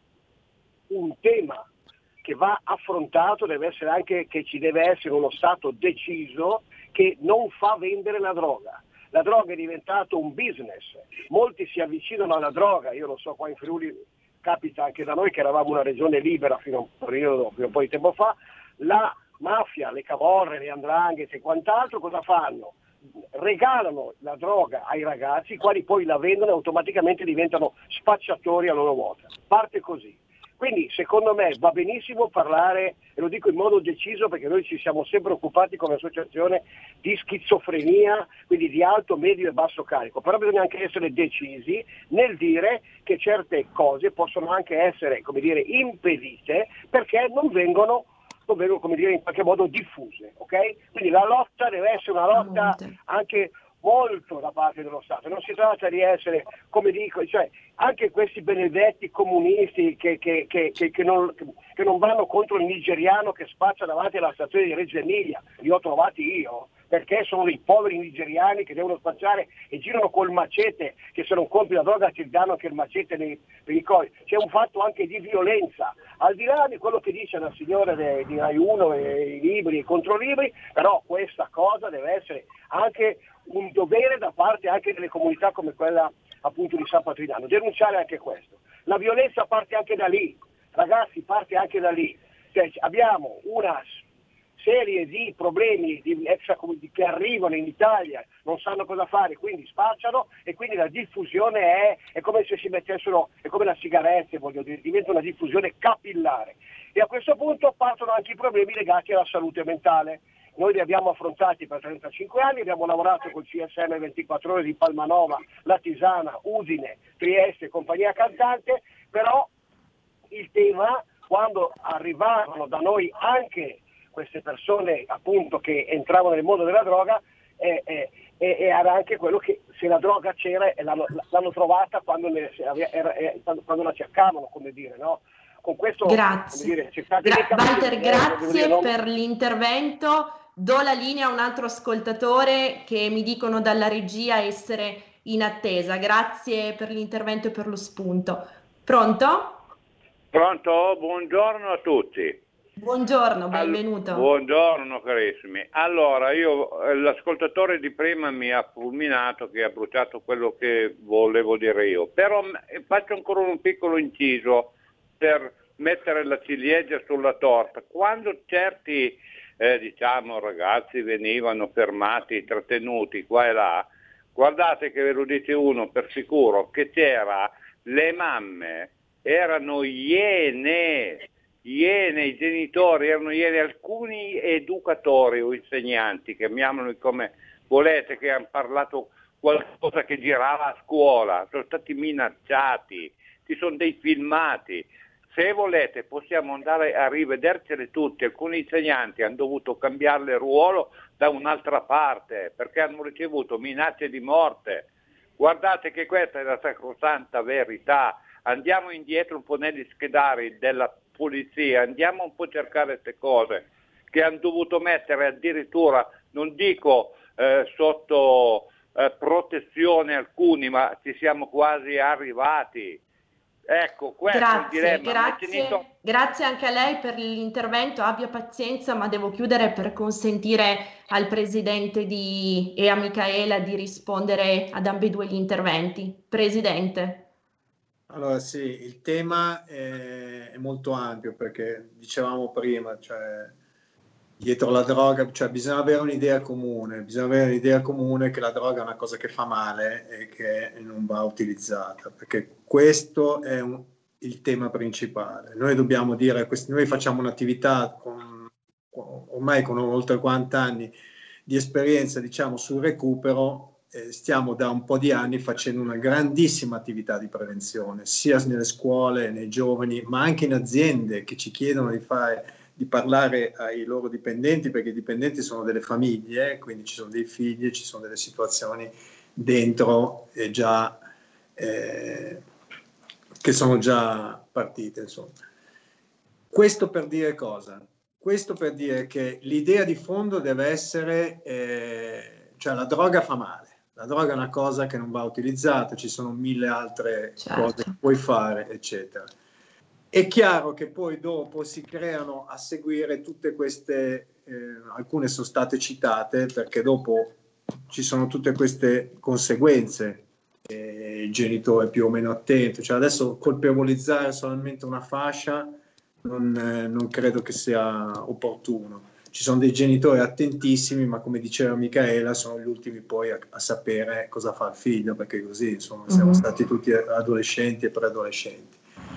Speaker 12: un tema che va affrontato deve essere anche che ci deve essere uno Stato deciso che non fa vendere la droga. La droga è diventato un business, molti si avvicinano alla droga, io lo so, qua in Friuli capita anche da noi che eravamo una regione libera fino a un periodo, fino a un po' di tempo fa, la mafia, le camorre, le 'ndranghete e quant'altro cosa fanno? Regalano la droga ai ragazzi, i quali poi la vendono e automaticamente diventano spacciatori a loro volta. Parte così. Quindi secondo me va benissimo parlare, e lo dico in modo deciso perché noi ci siamo sempre occupati come associazione di schizofrenia, quindi di alto, medio e basso carico, però bisogna anche essere decisi nel dire che certe cose possono anche essere, come dire, impedite perché non vengono, non vengono come dire, in qualche modo diffuse, ok? Quindi la lotta deve essere una lotta anche molto da parte dello Stato, non si tratta di essere, come dico, cioè anche questi benedetti comunisti che, che, che, che, che, non, che non vanno contro il nigeriano che spaccia davanti alla stazione di Reggio Emilia, li ho trovati io, perché sono dei poveri nigeriani che devono spacciare e girano col macete, che se non compri la droga ti danno anche il macete nei, per i coi. C'è un fatto anche di violenza, al di là di quello che dice la signora de, di Rai uno e i libri e i controlibri, però questa cosa deve essere anche un dovere da parte anche delle comunità come quella appunto di San Patrignano, denunciare anche questo. La violenza parte anche da lì, ragazzi, parte anche da lì. Cioè, abbiamo una serie di problemi di extracomunitari che arrivano in Italia, non sanno cosa fare, quindi spacciano e quindi la diffusione è, è come se si mettessero, è come la sigarette, voglio dire, diventa una diffusione capillare. E a questo punto partono anche i problemi legati alla salute mentale. Noi li abbiamo affrontati per trentacinque anni, abbiamo lavorato col C S M ventiquattro ore di Palmanova, Latisana, Udine, Trieste e compagnia cantante, però il tema, quando arrivavano da noi anche queste persone appunto che entravano nel mondo della droga, eh, eh, eh, era anche quello che se la droga c'era e l'hanno, l'hanno trovata quando, ne, era, eh, quando, quando la cercavano, come dire, no? Con questo,
Speaker 2: Grazie.
Speaker 12: come dire,
Speaker 2: Gra- Walter,
Speaker 12: eh,
Speaker 2: grazie
Speaker 12: dire, non...
Speaker 2: per l'intervento. Do la linea a un altro ascoltatore che mi dicono dalla regia essere in attesa. Grazie per l'intervento e per lo spunto. Pronto?
Speaker 13: Pronto? Buongiorno a tutti.
Speaker 2: Buongiorno, benvenuto.
Speaker 13: All- buongiorno carissimi. Allora, io l'ascoltatore di prima mi ha fulminato che ha bruciato quello che volevo dire io, però faccio ancora un piccolo inciso per mettere la ciliegia sulla torta. Quando certi eh, diciamo ragazzi venivano fermati, trattenuti qua e là, guardate che ve lo dice uno per sicuro, che c'era, le mamme erano iene, iene, i genitori erano iene, alcuni educatori o insegnanti, chiamiamoli come volete, che hanno parlato qualcosa che girava a scuola, sono stati minacciati, ci sono dei filmati. Se volete possiamo andare a rivederceli tutti, alcuni insegnanti hanno dovuto cambiare ruolo da un'altra parte perché hanno ricevuto minacce di morte. Guardate che questa è la sacrosanta verità. Andiamo indietro un po' negli schedari della polizia, andiamo un po' a cercare queste cose che hanno dovuto mettere addirittura, non dico eh, sotto eh, protezione alcuni, ma ci siamo quasi arrivati. Ecco, questo
Speaker 2: grazie,
Speaker 13: è il dilemma.
Speaker 2: Grazie,
Speaker 13: Finito...
Speaker 2: grazie anche a lei per l'intervento, abbia pazienza, ma devo chiudere per consentire al Presidente di, e a Micaela di rispondere ad ambedue gli interventi. Presidente.
Speaker 4: Allora sì, il tema è, è molto ampio perché dicevamo prima, cioè dietro la droga, cioè bisogna avere un'idea comune, bisogna avere un'idea comune che la droga è una cosa che fa male e che non va utilizzata, perché questo è un, il tema principale. Noi dobbiamo dire, noi facciamo un'attività con, ormai con oltre quaranta anni di esperienza, diciamo, sul recupero, eh, stiamo da un po' di anni facendo una grandissima attività di prevenzione, sia nelle scuole, nei giovani, ma anche in aziende che ci chiedono di fare di parlare ai loro dipendenti, perché i dipendenti sono delle famiglie, quindi ci sono dei figli, ci sono delle situazioni dentro e già eh, che sono già partite, insomma. Questo per dire cosa? Questo per dire che l'idea di fondo deve essere, eh, cioè la droga fa male, la droga è una cosa che non va utilizzata, ci sono mille altre
Speaker 2: certo.
Speaker 4: cose che puoi fare, eccetera. È chiaro che poi dopo si creano a seguire tutte queste, eh, alcune sono state citate perché dopo ci sono tutte queste conseguenze, eh, il genitore è più o meno attento, cioè adesso colpevolizzare solamente una fascia non, eh, non credo che sia opportuno. Ci sono dei genitori attentissimi, ma come diceva Micaela sono gli ultimi poi a, a sapere cosa fa il figlio, perché così insomma siamo mm-hmm. stati tutti adolescenti e preadolescenti.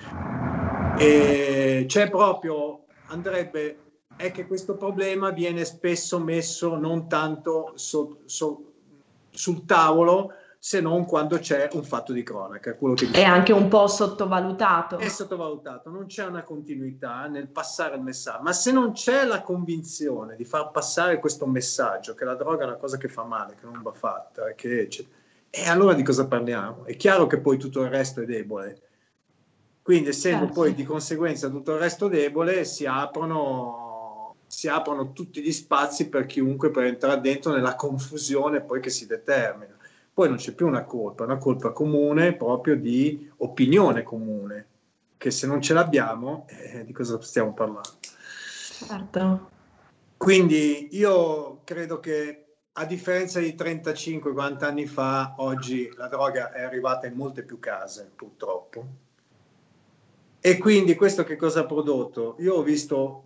Speaker 4: E c'è proprio, andrebbe, è che questo problema viene spesso messo non tanto so, so, sul tavolo, se non quando c'è un fatto di cronaca. Quello che
Speaker 2: è anche un po' sottovalutato.
Speaker 4: È sottovalutato, non c'è una continuità nel passare il messaggio, ma se non c'è la convinzione di far passare questo messaggio, che la droga è una cosa che fa male, che non va fatta, che, e allora di cosa parliamo? È chiaro che poi tutto il resto è debole. Quindi essendo certo. poi di conseguenza tutto il resto debole, si aprono, si aprono tutti gli spazi per chiunque per entrare dentro nella confusione poi che si determina. Poi non c'è più una colpa, è una colpa comune proprio di opinione comune, che se non ce l'abbiamo, eh, di cosa stiamo parlando?
Speaker 2: Certo.
Speaker 4: Quindi io credo che a differenza di trentacinque quaranta anni fa, oggi la droga è arrivata in molte più case, purtroppo. E quindi questo che cosa ha prodotto? Io ho visto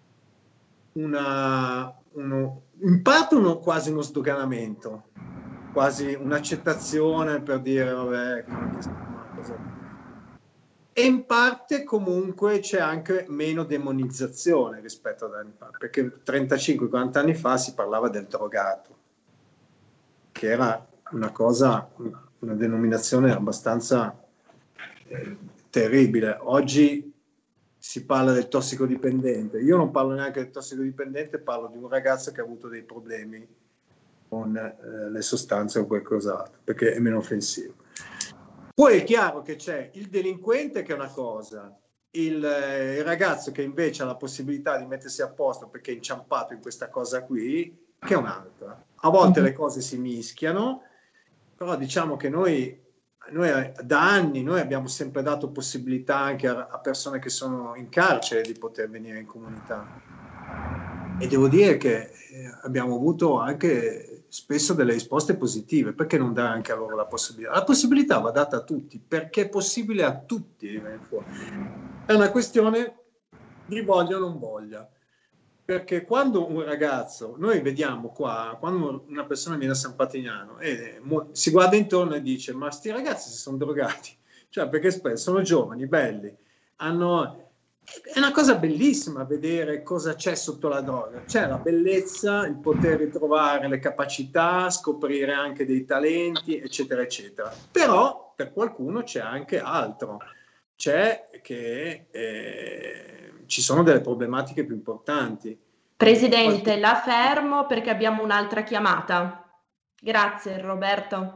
Speaker 4: una, uno, in parte uno, quasi uno sdoganamento, quasi un'accettazione per dire vabbè, cosa... e in parte comunque c'è anche meno demonizzazione rispetto ad anni fa, perché trentacinque quaranta anni fa si parlava del drogato, che era una cosa, una denominazione abbastanza... Eh, terribile. Oggi si parla del tossicodipendente. Io non parlo neanche del tossicodipendente, parlo di un ragazzo che ha avuto dei problemi con eh, le sostanze o qualcos'altro, perché è meno offensivo. Poi è chiaro che c'è il delinquente che è una cosa, il, eh, il ragazzo che invece ha la possibilità di mettersi a posto perché è inciampato in questa cosa qui, che è un'altra. A volte le cose si mischiano, però diciamo che noi noi da anni noi abbiamo sempre dato possibilità anche a, a persone che sono in carcere di poter venire in comunità, e devo dire che eh, abbiamo avuto anche spesso delle risposte positive. Perché non dare anche a loro la possibilità? La possibilità va data a tutti, perché è possibile a tutti di venire fuori. È una questione di voglia o non voglia. Perché quando un ragazzo, noi vediamo qua, quando una persona viene a San Patrignano e mo, si guarda intorno e dice: ma sti ragazzi si sono drogati, cioè perché spesso sono giovani, belli, hanno... È una cosa bellissima vedere cosa c'è sotto la droga. C'è la bellezza, il poter ritrovare le capacità, scoprire anche dei talenti, eccetera, eccetera. Però per qualcuno c'è anche altro. C'è che eh, ci sono delle problematiche più importanti.
Speaker 2: Presidente, la fermo perché abbiamo un'altra chiamata. Grazie, Roberto.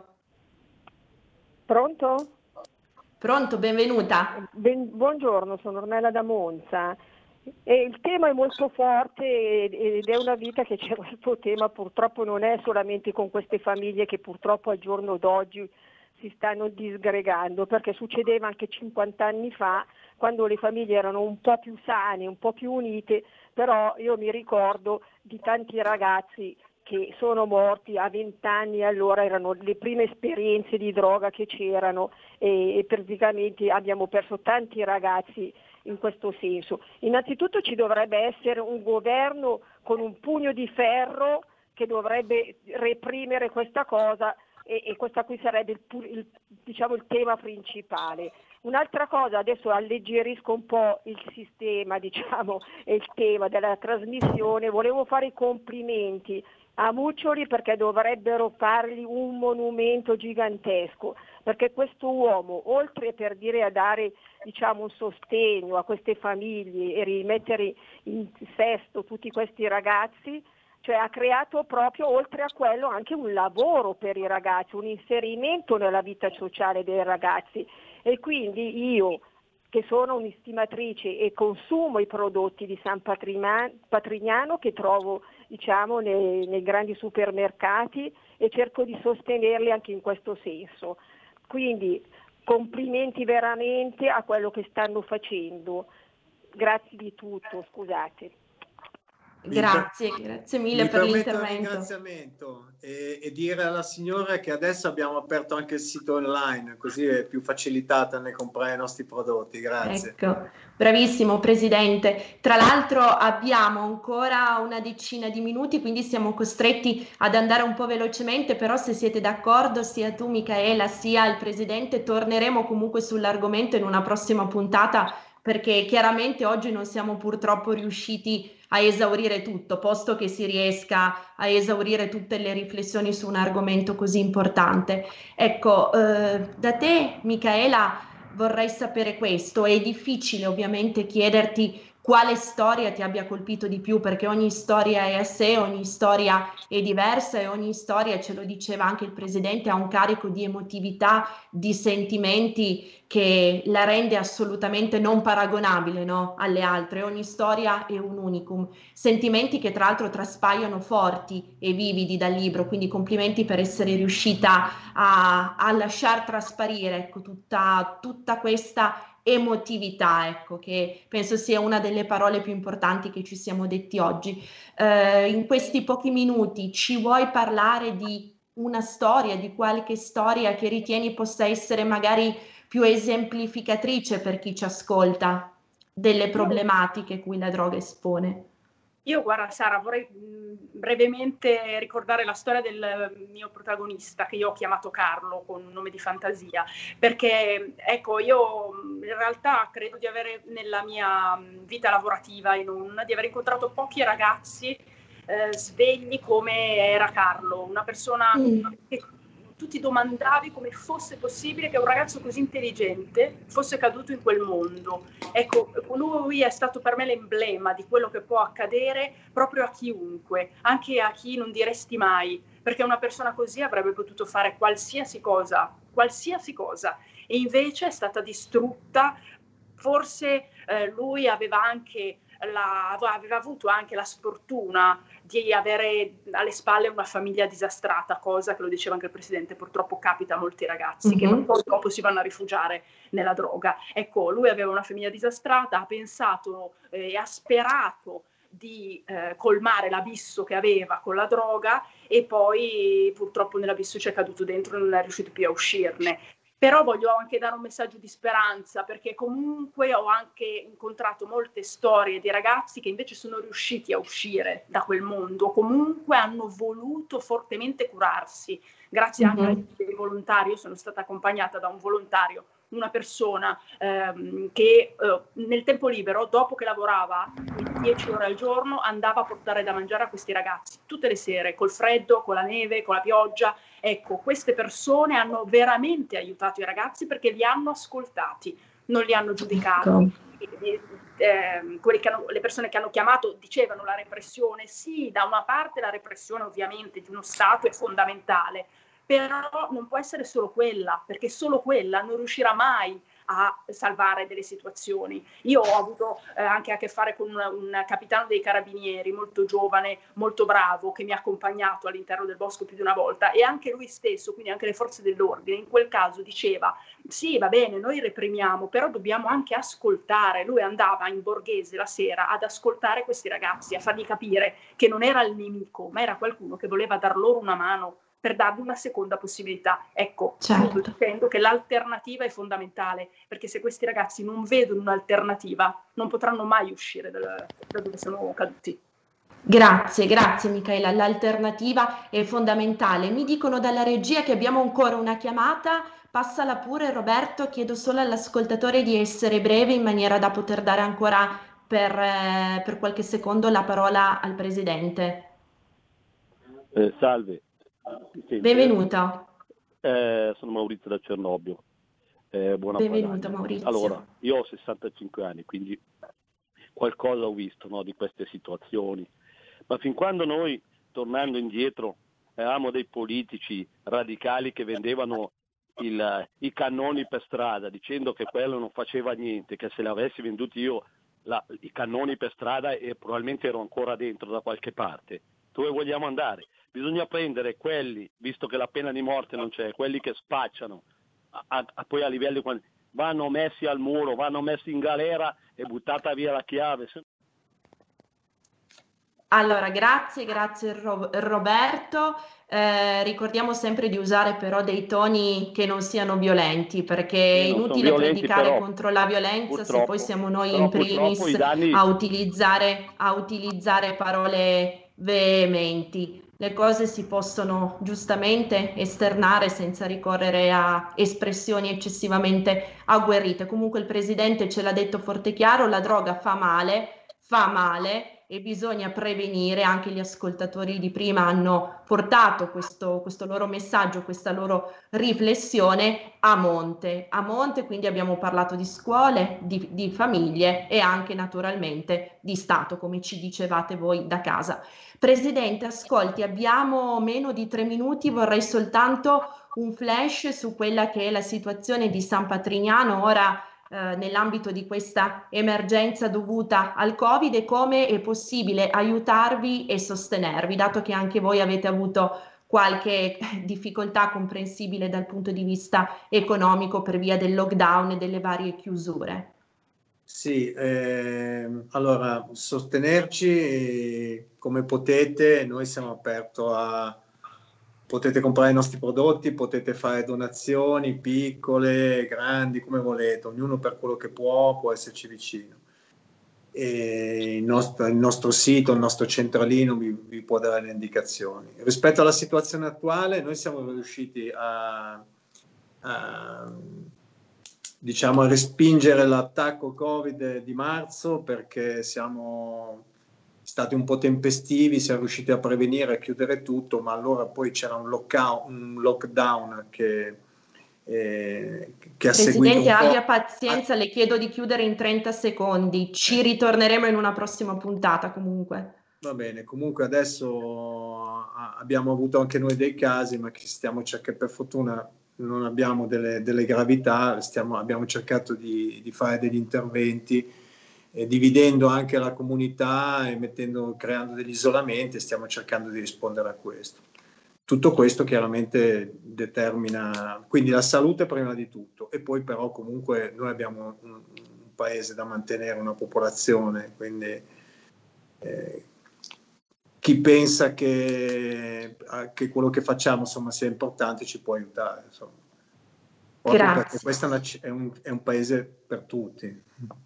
Speaker 14: Pronto?
Speaker 2: Pronto, benvenuta.
Speaker 14: Ben, buongiorno, sono Ornella da Monza. E il tema è molto forte ed è una vita che c'è questo tema, purtroppo non è solamente con queste famiglie che purtroppo al giorno d'oggi si stanno disgregando, perché succedeva anche cinquanta anni fa, quando le famiglie erano un po' più sane, un po' più unite, però io mi ricordo di tanti ragazzi che sono morti a vent'anni, allora erano le prime esperienze di droga che c'erano e, e praticamente abbiamo perso tanti ragazzi in questo senso. Innanzitutto ci dovrebbe essere un governo con un pugno di ferro che dovrebbe reprimere questa cosa e, e questo qui sarebbe il, il, diciamo, il tema principale. Un'altra cosa, adesso alleggerisco un po' il sistema, diciamo, e il tema della trasmissione, volevo fare i complimenti a Muccioli perché dovrebbero fargli un monumento gigantesco, perché questo uomo, oltre per dire a dare, diciamo, un sostegno a queste famiglie e rimettere in sesto tutti questi ragazzi, cioè ha creato proprio, oltre a quello, anche un lavoro per i ragazzi, un inserimento nella vita sociale dei ragazzi. E quindi io, che sono un'estimatrice e consumo i prodotti di San Patrignano che trovo, diciamo, nei, nei grandi supermercati, e cerco di sostenerli anche in questo senso. Quindi complimenti veramente a quello che stanno facendo. Grazie di tutto, scusate.
Speaker 2: Grazie, grazie mille
Speaker 4: mi
Speaker 2: per
Speaker 4: l'intervento.
Speaker 2: l'intervento.
Speaker 4: Un ringraziamento e, e dire alla signora che adesso abbiamo aperto anche il sito online, così è più facilitata nel comprare i nostri prodotti. Grazie.
Speaker 2: Ecco, bravissimo Presidente. Tra l'altro abbiamo ancora una decina di minuti, quindi siamo costretti ad andare un po' velocemente, però se siete d'accordo, sia tu Micaela sia il Presidente, torneremo comunque sull'argomento in una prossima puntata, perché chiaramente oggi non siamo purtroppo riusciti a esaurire tutto, posto che si riesca a esaurire tutte le riflessioni su un argomento così importante. Ecco, eh, da te Micaela vorrei sapere questo. È difficile ovviamente chiederti quale storia ti abbia colpito di più, perché ogni storia è a sé, ogni storia è diversa e ogni storia, ce lo diceva anche il Presidente, ha un carico di emotività, di sentimenti che la rende assolutamente non paragonabile, no, alle altre. Ogni storia è un unicum, sentimenti che tra l'altro traspaiono forti e vividi dal libro, quindi complimenti per essere riuscita a, a lasciar trasparire, ecco, tutta, tutta questa emotività, ecco, che penso sia una delle parole più importanti che ci siamo detti oggi. Eh, in questi pochi minuti ci vuoi parlare di una storia, di qualche storia che ritieni possa essere magari più esemplificatrice per chi ci ascolta delle problematiche cui la droga espone?
Speaker 3: Io, guarda Sara, vorrei mh, brevemente ricordare la storia del mio protagonista, che io ho chiamato Carlo con un nome di fantasia, perché ecco, io in realtà credo di avere nella mia vita lavorativa e non, di aver incontrato pochi ragazzi eh, svegli come era Carlo, una persona mm. che tu ti domandavi come fosse possibile che un ragazzo così intelligente fosse caduto in quel mondo. Ecco, lui è stato per me l'emblema di quello che può accadere proprio a chiunque, anche a chi non diresti mai, perché una persona così avrebbe potuto fare qualsiasi cosa, qualsiasi cosa, e invece è stata distrutta. Forse eh, lui aveva anche la, aveva avuto anche la sfortuna di avere alle spalle una famiglia disastrata, cosa che, lo diceva anche il Presidente, purtroppo capita a molti ragazzi mm-hmm. che poi dopo si vanno a rifugiare nella droga. Ecco, lui aveva una famiglia disastrata, ha pensato e eh, ha sperato di eh, colmare l'abisso che aveva con la droga e poi purtroppo nell'abisso ci è caduto dentro e non è riuscito più a uscirne. Però voglio anche dare un messaggio di speranza, perché comunque ho anche incontrato molte storie di ragazzi che invece sono riusciti a uscire da quel mondo, comunque hanno voluto fortemente curarsi, grazie mm-hmm. anche ai volontari. Io sono stata accompagnata da un volontario, una persona ehm, che eh, nel tempo libero, dopo che lavorava dieci ore al giorno, andava a portare da mangiare a questi ragazzi tutte le sere, col freddo, con la neve, con la pioggia. Ecco, queste persone hanno veramente aiutato i ragazzi perché li hanno ascoltati, non li hanno giudicati. Ecco. Eh, eh, quelli che hanno, le persone che hanno chiamato dicevano la repressione, sì, da una parte la repressione ovviamente di uno Stato è fondamentale, però non può essere solo quella, perché solo quella non riuscirà mai a salvare delle situazioni. Io ho avuto eh, anche a che fare con un, un capitano dei carabinieri molto giovane, molto bravo, che mi ha accompagnato all'interno del bosco più di una volta, e anche lui stesso, quindi anche le forze dell'ordine, in quel caso diceva sì, va bene, noi reprimiamo, però dobbiamo anche ascoltare. Lui andava in borghese la sera ad ascoltare questi ragazzi, a fargli capire che non era il nemico, ma era qualcuno che voleva dar loro una mano per dargli una seconda possibilità. Ecco, certo. Sto dicendo che l'alternativa è fondamentale, perché se questi ragazzi non vedono un'alternativa non potranno mai uscire da, da dove sono caduti.
Speaker 2: Grazie, grazie Micaela, l'alternativa è fondamentale. Mi dicono dalla regia che abbiamo ancora una chiamata, passala pure Roberto, chiedo solo all'ascoltatore di essere breve in maniera da poter dare ancora per, eh, per qualche secondo la parola al Presidente.
Speaker 15: Eh, salve.
Speaker 2: Benvenuto.
Speaker 15: Eh, sono Maurizio da Cernobbio. Eh, buona
Speaker 2: Benvenuto Maurizio.
Speaker 15: Allora, io ho sessantacinque anni, quindi qualcosa ho visto, no, di queste situazioni. Ma fin quando noi, tornando indietro, eravamo dei politici radicali che vendevano il, i cannoni per strada, dicendo che quello non faceva niente, che se li avessi venduti io la, i cannoni per strada e probabilmente ero ancora dentro da qualche parte. Dove vogliamo andare? Bisogna prendere quelli, visto che la pena di morte non c'è, quelli che spacciano, a, a, a poi a livello di... vanno messi al muro, vanno messi in galera e buttata via la chiave.
Speaker 2: Allora, grazie, grazie Ro- Roberto. Eh, ricordiamo sempre di usare però dei toni che non siano violenti, perché è inutile predicare però, contro la violenza se poi siamo noi in primis danni... a, utilizzare, a utilizzare parole veementi. Le cose si possono giustamente esternare senza ricorrere a espressioni eccessivamente agguerrite. Comunque il Presidente ce l'ha detto forte e chiaro, la droga fa male, fa male e bisogna prevenire. Anche gli ascoltatori di prima hanno portato questo, questo loro messaggio, questa loro riflessione a monte. A monte, quindi abbiamo parlato di scuole, di, di famiglie e anche naturalmente di Stato, come ci dicevate voi da casa. Presidente, ascolti, abbiamo meno di tre minuti, vorrei soltanto un flash su quella che è la situazione di San Patrignano ora eh, nell'ambito di questa emergenza dovuta al Covid e come è possibile aiutarvi e sostenervi, dato che anche voi avete avuto qualche difficoltà comprensibile dal punto di vista economico per via del lockdown e delle varie chiusure.
Speaker 4: Sì, eh, allora sostenerci eh, come potete, noi siamo aperti a, potete comprare i nostri prodotti, potete fare donazioni piccole, grandi, come volete, ognuno per quello che può, può esserci vicino. E il, nostro, il nostro sito, il nostro centralino vi, vi può dare le indicazioni. Rispetto alla situazione attuale, noi siamo riusciti a... a diciamo a respingere l'attacco Covid di marzo perché siamo stati un po' tempestivi, siamo riusciti a prevenire e a chiudere tutto, ma allora poi c'era un lockdown, un lockdown che, eh, che ha seguito un
Speaker 2: Presidente, abbia
Speaker 4: po'...
Speaker 2: pazienza, le chiedo di chiudere in trenta secondi, ci ritorneremo in una prossima puntata comunque.
Speaker 4: Va bene, comunque adesso abbiamo avuto anche noi dei casi, ma che stiamo cercando, per fortuna non abbiamo delle, delle gravità, stiamo, abbiamo cercato di, di fare degli interventi e dividendo anche la comunità e mettendo, creando degli isolamenti, stiamo cercando di rispondere a questo. Tutto questo chiaramente determina, quindi la salute prima di tutto, e poi però comunque noi abbiamo un, un paese da mantenere, una popolazione, quindi eh, chi pensa che, che quello che facciamo insomma sia importante ci può aiutare, insomma. Proprio perché questo è, una, è, un, è un paese per tutti.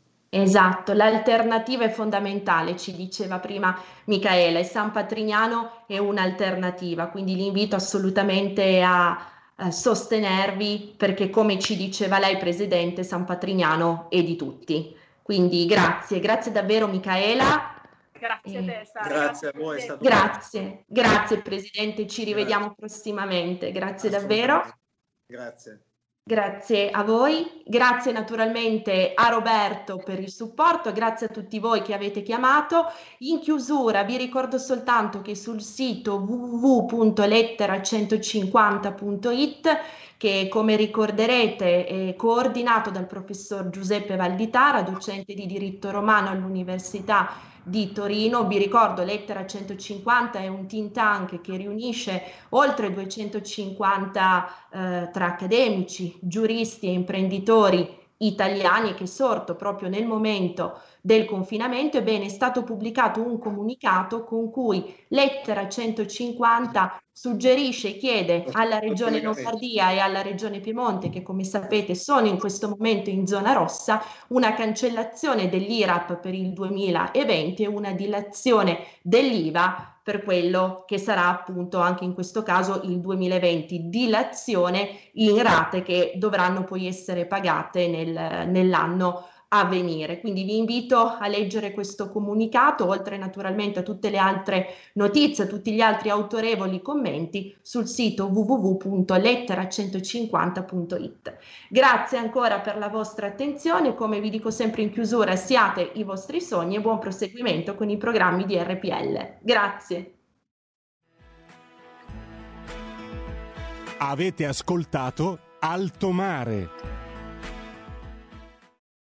Speaker 2: Esatto, l'alternativa è fondamentale, ci diceva prima Micaela, e San Patrignano è un'alternativa, quindi l'invito assolutamente a, a sostenervi, perché come ci diceva lei Presidente, San Patrignano è di tutti. Quindi grazie, grazie davvero Micaela.
Speaker 3: Grazie a te, Sara.
Speaker 4: Grazie a voi, è stato
Speaker 2: Grazie, grazie Presidente, ci rivediamo grazie. prossimamente, grazie davvero.
Speaker 4: Grazie.
Speaker 2: Grazie a voi, grazie naturalmente a Roberto per il supporto, grazie a tutti voi che avete chiamato. In chiusura vi ricordo soltanto che sul sito w w w punto lettera centocinquanta punto it, che come ricorderete è coordinato dal professor Giuseppe Valditara, docente di diritto romano all'Università di Torino. Vi ricordo, Lettera centocinquanta è un think tank che riunisce oltre duecentocinquanta eh, tra accademici, giuristi e imprenditori italiani, che è sorto proprio nel momento del confinamento. Ebbene, è stato pubblicato un comunicato con cui Lettera centocinquanta suggerisce e chiede alla Regione Lombardia e alla Regione Piemonte, che come sapete sono in questo momento in zona rossa, una cancellazione dell'I R A P per il duemilaventi e una dilazione dell'I V A per quello che sarà appunto anche in questo caso il duemilaventi, dilazione in rate che dovranno poi essere pagate nel, nell'anno a venire. Quindi vi invito a leggere questo comunicato, oltre naturalmente a tutte le altre notizie, a tutti gli altri autorevoli commenti sul sito w w w punto lettera centocinquanta punto it. Grazie ancora per la vostra attenzione, come vi dico sempre in chiusura, siate i vostri sogni e buon proseguimento con i programmi di R P L. Grazie.
Speaker 1: Avete ascoltato Alto Mare.